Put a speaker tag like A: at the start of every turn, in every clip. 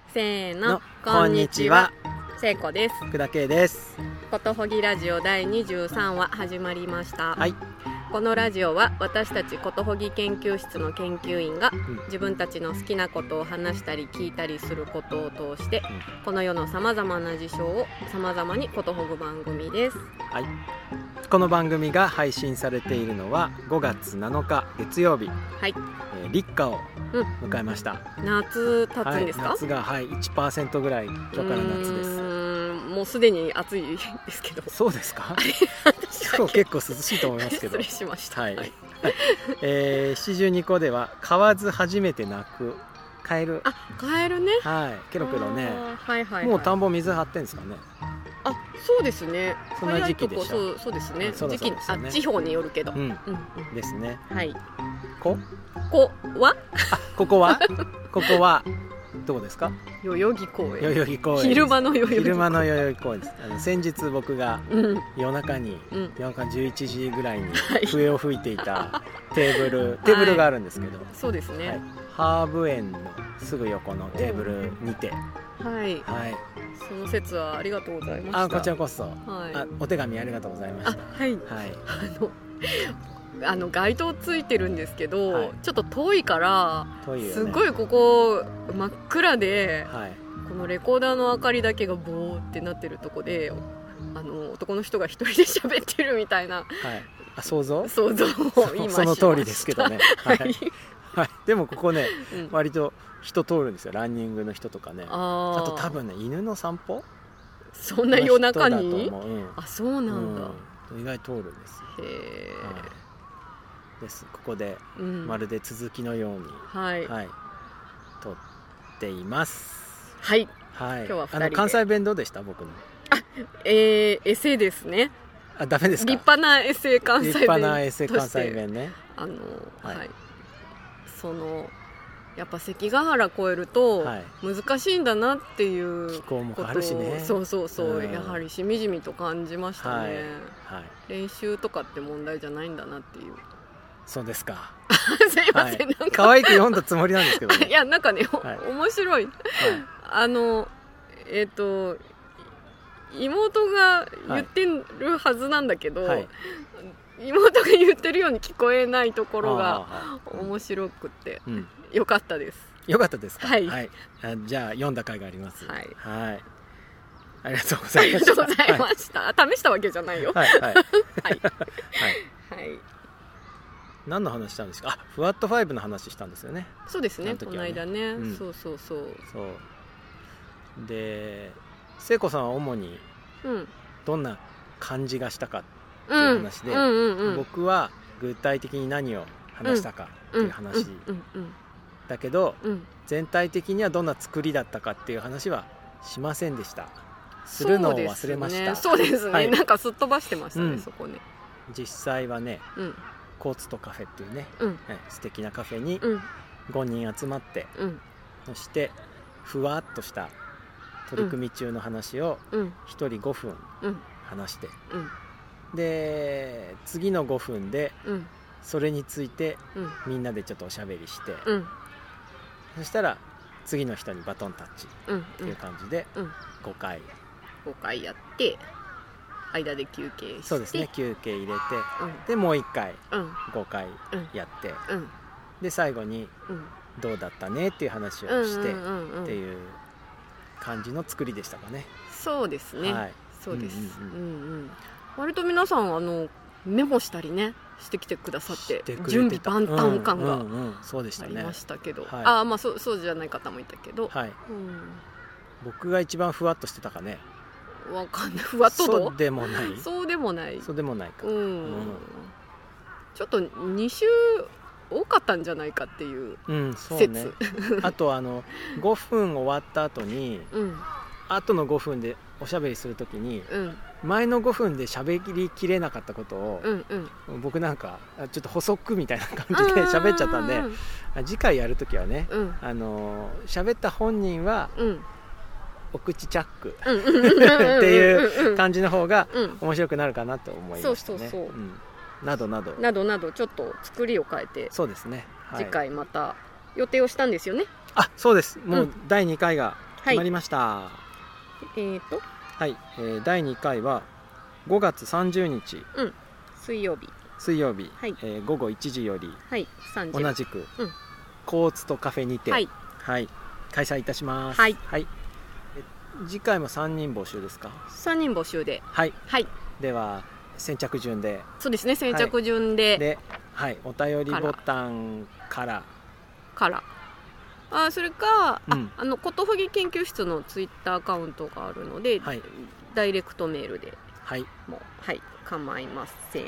A: せーの、こんにちは。聖子です。
B: 福田圭です。
A: ことほぎラジオ第23話始まりました。
B: はい。
A: このラジオは私たちことほぎ研究室の研究員が自分たちの好きなことを話したり聞いたりすることを通して、この世のさまざまな事象をさまざまにことほぐ番組です。
B: はい。この番組が配信されているのは5月7日月曜日。
A: はい。
B: 立夏を迎えました。
A: 夏経つんですか？
B: 夏が1% ぐらい今日から夏です。
A: もうすでに暑いですけど。
B: そうですか？今日結構涼しいと思いますけど。
A: 失礼しました。
B: はい。七十二湖では買わず初めて鳴くカエル。
A: カエルね。
B: はい。ケロケロね。
A: はいはい。
B: もう田んぼ水張ってんですかね。
A: そうですね。
B: そんな時期でしょ。
A: そうですね。
B: 時期
A: 地方によるけど。
B: ですね。
A: はい。
B: こ
A: こは
B: どこですか？
A: 代々木公園。
B: 代々木公園。
A: 昼間の代々
B: 木公園です。先日僕が夜中11時ぐらいに笛を吹いていたテーブルがあるんですけど、
A: そうですね。
B: ハーブ園のすぐ横のテーブルにて、
A: はい。その説はありがとうございました。
B: こちらこそ。お手紙ありがとうございました。
A: はい。街灯ついてるんですけど、ちょっと遠いからすごいここ真っ暗で、このレコーダーの明かりだけがボーってなってるとこで男の人が一人で喋ってるみたいな、
B: 想像を今
A: しました。
B: その通りですけどね。でもここね、割と人通るんですよ。ランニングの人とかね。あと多分ね、犬の散歩、
A: そんな夜中に。そうなんだ。
B: 意外通るんですよ。です。ここでまるで続きのように撮っています。はい。今日は2人で。関西弁どうでした？僕の。
A: エセですね。
B: ダメですか？
A: 立派なエセ関西弁。
B: 立派なエセ関西弁ね。
A: やっぱ関ヶ原越えると難しいんだなっていうことを、
B: 気候もあるしね。
A: そうやはりしみじみと感じましたね。練習とかって問題じゃないんだなっていう。
B: そうですか。
A: すいません、なんか
B: 可愛く読んだつもりなんですけどね。
A: いや、なんかね、面白い。妹が言ってるはずなんだけど、妹が言ってるように聞こえないところが面白くてよかったです。
B: よかったですか？はい。じゃあ読んだ甲斐があります。はい。ありがとうございました。
A: ありがとうございました。試したわけじゃないよ。はい。
B: 何の話したんですか？ふわっと5の話したんですよね。
A: そうですね。この間ね。そう。
B: で、聖子さんは主にどんな感じがしたかっていう話で、僕は具体的に何を話したかっていう話だけど、全体的にはどんな作りだったかっていう話はしませんでした。するのを忘れました。
A: そうですね。なんかすっ飛ばしてましたね、そこね。
B: 実際はね、コーツとカフェっていうね、素敵なカフェに5人集まって、そしてふわっとした取り組み中の話を1人5分話して、で次の5分でそれについてみんなでちょっとおしゃべりして、そしたら次の人にバトンタッチっていう感じで5回やって、間で休憩して、そうですね、休憩入れて、でもう1回5回やって、で最後にどうだったねっていう話をしてっていう感じの作りでしたかね。そうですね。そうです。割と皆さんメモしたりねしてきてくださって、準備万端感がありましたけど、そうじゃない方もいたけど、僕が一番ふわっとしてたかね。
A: わかんない。ふわっと
B: そうでもないか。
A: ちょっと2週多かったんじゃないかっていう説。
B: あと5分終わった後に、後の5分でおしゃべりするときに、前の5分で喋りきれなかったことを、僕なんかちょっと補足みたいな感じで喋っちゃったんで、次回やるときはね、喋った本人はお口チャックっていう感じの方が面白くなるかなと思いましたね。などなど
A: ちょっと作りを変えて、
B: そうですね、
A: 次回また予定をしたんですよね。
B: そうです。もう第2回が決まりました。はい、第2回は5月30日、
A: 水曜日、
B: はい、午後1時より、
A: 3時
B: 同じく、コーツとカフェにて、開催いたします。次回も3人募集ですか
A: ？3人募集で。
B: では先着順で。
A: そうですね、先着順で。
B: お便りボタンから
A: それか、ことふぎ研究室のツイッターアカウントがあるので、ダイレクトメールでも構いません。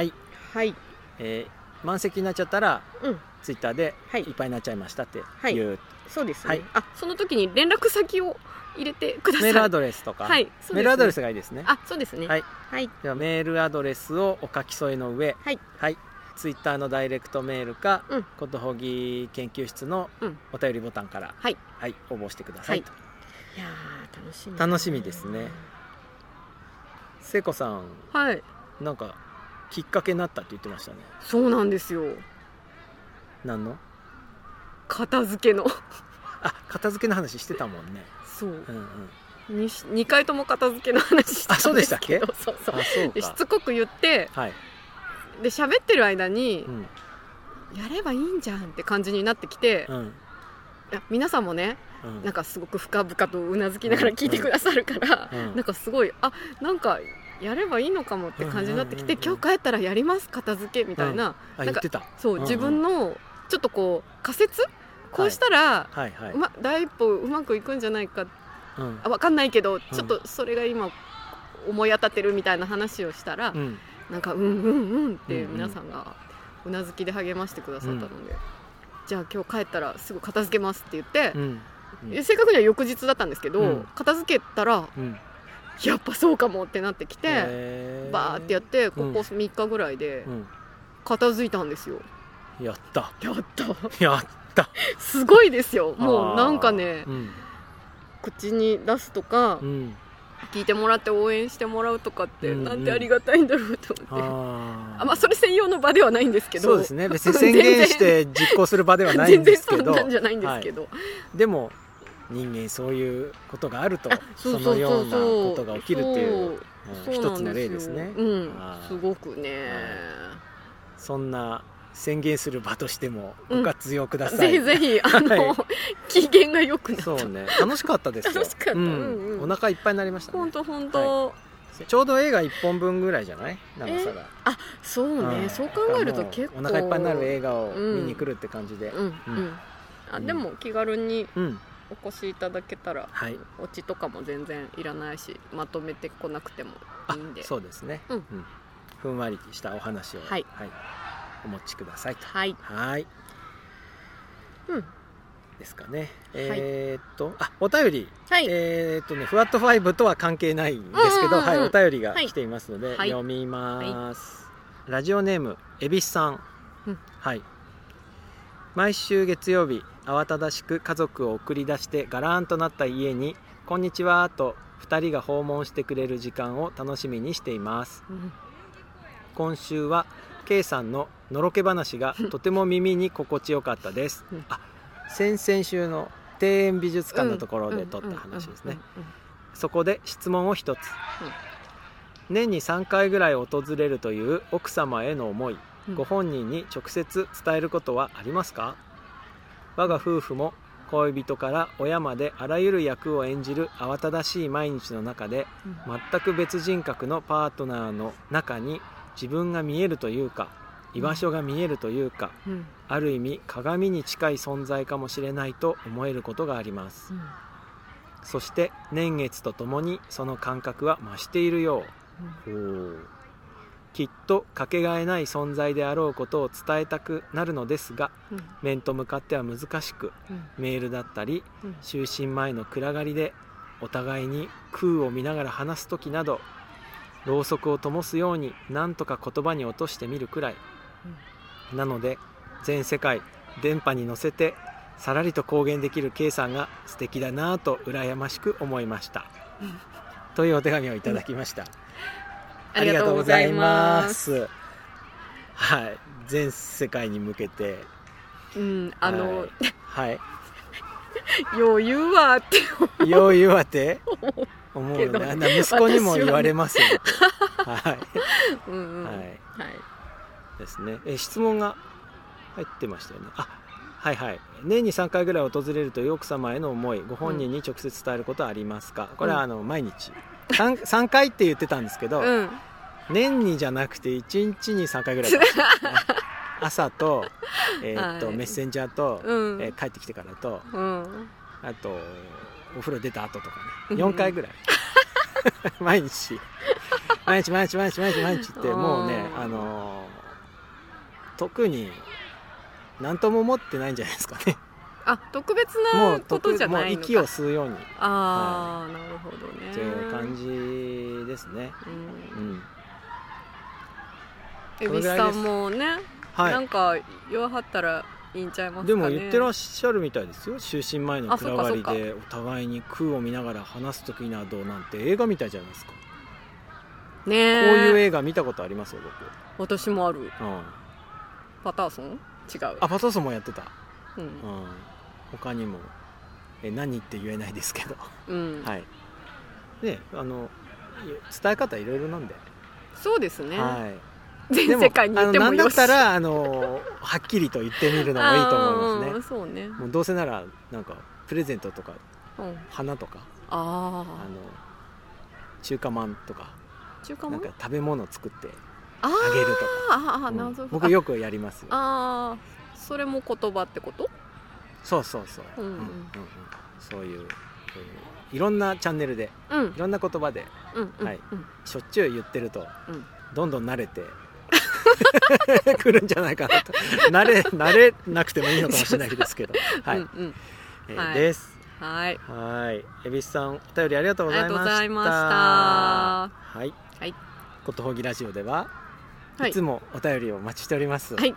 B: 満席になっちゃったら、ツイッターでいっぱいになっちゃいましたっていう、
A: そうですね。その時に連絡先を入れてください。
B: メールアドレスとか、メールアドレスがいいですね。
A: そうですね。
B: ではメールアドレスをお書き添えの上、ツイッターのダイレクトメールか、ことほぎ研究室のお便りボタンから、応募してくださいと。
A: いや
B: 楽しみですね。聖子さん、なんかきっかけになったって言ってましたね。
A: そうなんですよ。
B: 何の？
A: 片付けの
B: 片付けの話してたもんね。
A: そう、2回とも片付けの話してたんですけど、でしつこく言って、で喋ってる間に、やればいいんじゃんって感じになってきて、いや皆さんもね、なんかすごく深々とうなずきながら聞いてくださるから、なんかすごいなんかやればいいのかもって感じになってきて、今日帰ったらやります片付けみたいな、
B: 言ってた。
A: そう自分のちょっとこう仮説、こうしたら第一歩うまくいくんじゃないか、分かんないけど、ちょっとそれが今思い当たってるみたいな話をしたら、なんかって皆さんがうなずきで励ましてくださったので、じゃあ今日帰ったらすぐ片付けますって言って、正確には翌日だったんですけど、片付けたら、やっぱそうかもってなってきて、バーってやって、ここ3日ぐらいで片付いたんですよ。
B: やった
A: すごいですよ。もうなんかね、口に出すとか、聞いてもらって応援してもらうとかってなんてありがたいんだろうと思って、それ専用の場ではないんですけど、
B: そうですね、別に宣言して実行する場ではないんですけど、
A: 全然そんなんじゃないんですけど、
B: でも人間そういうことがあると、そのようなことが起きるっていう一つの例ですね。
A: すごくね、
B: そんな宣言する場としてもご活用ください。
A: ぜひぜひ機嫌が良くなった。
B: そうね、楽しかったですよ。
A: 楽しかった。
B: お腹いっぱいになりましたね。
A: 本当。
B: ちょうど映画1本分ぐらいじゃない？長さが。
A: そうね。そう考えると結構
B: お腹いっぱいになる映画を見に来るって感じで。
A: でも気軽にお越しいただけたら、オチとかも全然いらないし、まとめてこなくてもいいんで。
B: そうですね。ふんわりしたお話を。お持ちくださいと。ですかね。お便り、ふわっと5とは関係ないんですけど、お便りが来ていますので読みます。ラジオネームえびすさん。毎週月曜日、慌ただしく家族を送り出してガラーンとなった家にこんにちはと2人が訪問してくれる時間を楽しみにしています。今週はK さんののろけ話がとても耳に心地よかったです。先々週の庭園美術館のところで撮った話ですね。そこで質問を一つ。年に3回ぐらい訪れるという奥様への思い、ご本人に直接伝えることはありますか？我が夫婦も恋人から親まであらゆる役を演じる慌ただしい毎日の中で、全く別人格のパートナーの中に自分が見えるというか、居場所が見えるというか、ある意味鏡に近い存在かもしれないと思えることがあります。そして年月とともにその感覚は増しているよう。きっとかけがえない存在であろうことを伝えたくなるのですが、面と向かっては難しく、メールだったり、就寝前の暗がりでお互いに空を見ながら話す時など、ろうそくを灯すように何とか言葉に落としてみるくらい、なので全世界電波に乗せてさらりと公言できる K さんが素敵だなぁと羨ましく思いました、というお手紙をいただきました。ありがとうございます。全世界に向けて、
A: よう言うわって
B: よう言うわって思うよね。息子にも言われますよ。はい。
A: うんうん、
B: はい。
A: はい。
B: ですね。質問が入ってましたよね。はいはい。年に3回ぐらい訪れるという奥様への思い、ご本人に直接伝えることはありますか？これは毎日 3回って言ってたんですけど、年にじゃなくて1日に3回ぐらいかもしれないですね。朝と、メッセンジャーと、帰ってきてからと、あとお風呂出た後とかね、4回ぐらい毎日ってもうね、特に何とも思ってないんじゃないですかね。
A: 特別なことじゃないのか。
B: もう息を吸うように。
A: なるほどね。
B: という感じですね。
A: 蛭子さんもね、なんか言わはったらいいんちゃいますかね。
B: でも言ってらっしゃるみたいですよ。就寝前の暗がりでお互いに空を見ながら話す時などなんて映画みたいじゃないですかね。こういう映画見たことありますよ
A: 僕。私もある。パターソン？違う。
B: パターソンもやってた。他にも何って言えないですけど、はい。ね、伝え方いろいろなんで。
A: そうですね。
B: はい。
A: 全世界に言ってもよし。
B: なんだったらはっきりと言ってみるのもいいと思いますね。
A: そうね。
B: もうどうせならなんかプレゼントとか、花とか、中華まんとか、なんか食べ物作ってあげるとか。僕よくやりますよ。
A: それも言葉ってこと？
B: そう。そういういろんなチャンネルで、いろんな言葉で、しょっちゅう言ってると、どんどん慣れてくるんじゃないかなと。慣れなくてもいいのかもしれないですけど、です。はい。蛭子さん、お便りありがとうございました。ありがとうございました。はい。ことほぎラジオではいつもお便りをお待ちしております。はい。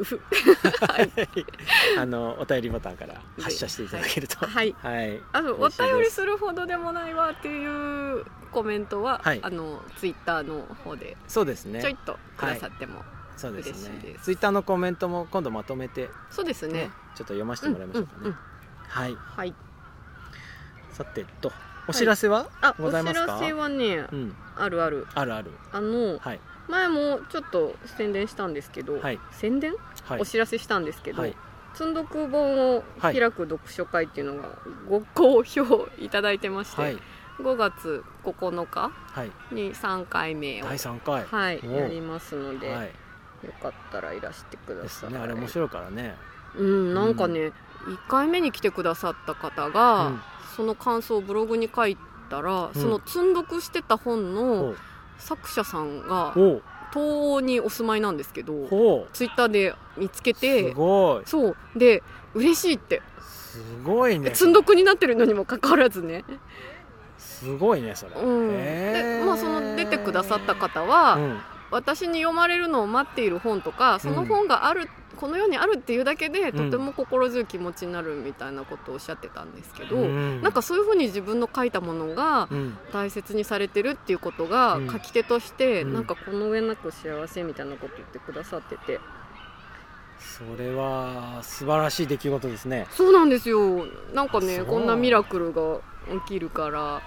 B: お便りボタンから発射していただけると。はい。
A: お便りするほどでもないわっていうコメントは、ツイッターの方で。そうですね。ちょいっとくださっても嬉しいです。
B: ツイッターのコメントも今度まとめて。
A: そうですね。
B: ちょっと読ませてもらいましょうかね。はい。さてお知らせはございますか？
A: お知らせはね、ある。前もちょっと宣伝したんですけど、宣伝？お知らせしたんですけど、積読本を開く読書会っていうのがご好評いただいてまして、5月9日に3回目を
B: 第3回
A: やりますので、よかったらいらしてください。
B: あれ面白いからね。
A: なんかね、1回目に来てくださった方が、その感想をブログに書いたら、その積読してた本の作者さんが東欧にお住まいなんですけど、ツイッターで見つけて、そうで嬉しいって。
B: すごいね。
A: 積読になってるのにもかかわらずね。
B: すごいねそれ。
A: で、その出てくださった方は、私に読まれるのを待っている本とか、その本がある、この世にあるっていうだけでとても心強い気持ちになるみたいなことをおっしゃってたんですけど、なんかそういうふうに自分の書いたものが大切にされてるっていうことが書き手としてなんかこの上なく幸せみたいなこと言ってくださってて、
B: それは素晴らしい出来事ですね。
A: そうなんですよ。なんかね、こんなミラクルが起きるから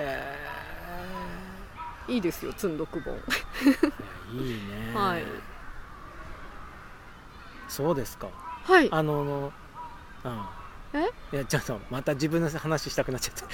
A: いいですよ、積んどく本。
B: いいね。そうですか。いやちょっとまた自分の話したくなっちゃって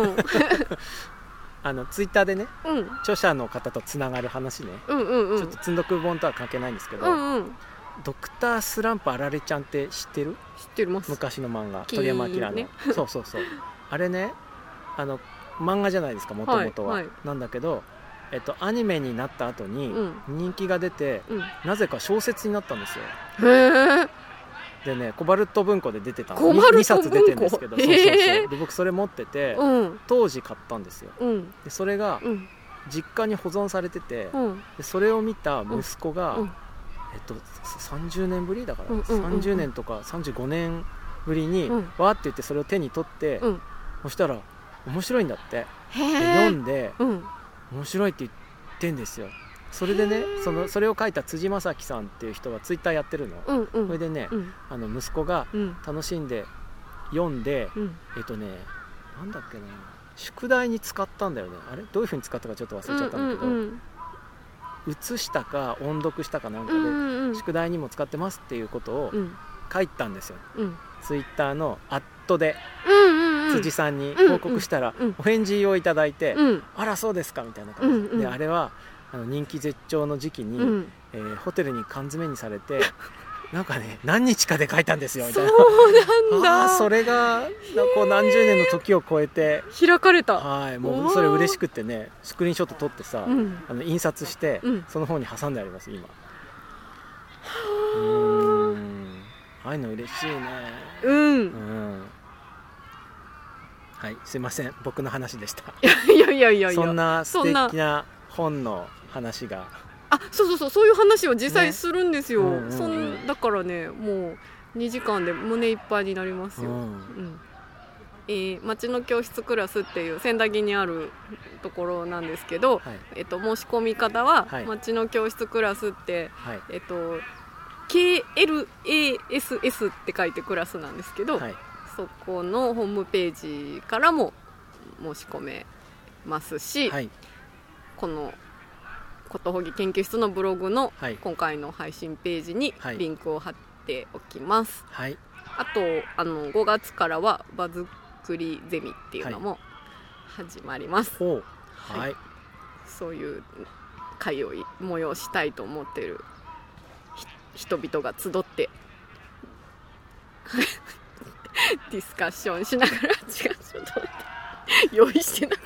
B: ツイッターでね、著者の方とつながる話ね、ちょっと積んどく本とは関係ないんですけど、ドクタースランプあられちゃんって知ってる？
A: 知ってます。
B: 昔の漫画、鳥山明の、そうあれね、漫画じゃないですか、もともとは。なんだけどアニメになった後に人気が出て、なぜか小説になったんですよ。でね、コバルト文庫で出てたの。2冊出てるんですけど、で僕それ持ってて、当時買ったんですよ。でそれが実家に保存されてて、でそれを見た息子が、30年ぶりだから、30年とか35年ぶりにわーって言ってそれを手に取って、そしたら面白いんだって。読んで面白いって言ってんですよ。それでね、それを書いた辻正樹さんっていう人がツイッターやってるの。それでね、息子が楽しんで読んで、なんだっけな、宿題に使ったんだよね。あれどういう風に使ったかちょっと忘れちゃったんだけど、写したか音読したかなんかで、宿題にも使ってますっていうことを書いたんですよ、ツイッターのアットで辻さんに報告したらお返事をいただいて、あらそうですかみたいな感じで、あれは人気絶頂の時期に、ホテルに缶詰にされてなんかね何日かで書いたんですよみたいな。
A: そうなんだ。
B: それがこう何十年の時を超えて
A: 開かれた。
B: はい、もうそれ嬉しくてね、スクリーンショット撮ってさ、印刷して、その方に挟んであります今。ああいうの嬉しいね。はい、すいません、僕の話でした。
A: いや
B: そんな素敵な本の話が。
A: そういう話を実際するんですよ。だからね、もう2時間で胸いっぱいになりますよ。町の教室クラスっていう千駄木にあるところなんですけど、申し込み方は、町の教室クラスって、KLASS って書いてクラスなんですけど、そこのホームページからも申し込めますし、このことほぎ研究室のブログの今回の配信ページにリンクを貼っておきます。あと5月からは場作りゼミっていうのも始まります。そういう会を催したいと思っている人々が集ってディスカッションしながら、ちょっと用意してなかった。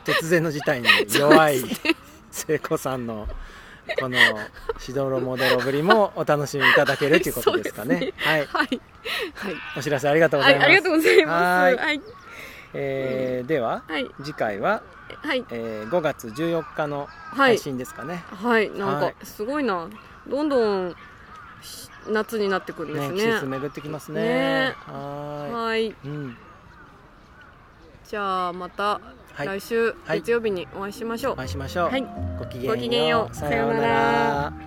B: 突然の事態に弱い聖子さんのこのしどろもどろぶりもお楽しみいただけるということですかね。お知らせありがとうございます。
A: ありがとうございます。
B: では、次回は、5月14日の配信ですかね。
A: なんかすごいな、どんどん夏になってくるんですね。
B: 季節巡ってきますね。
A: じゃあまた来週月曜日にお会いしましょう。
B: ごきげんよう。さようなら。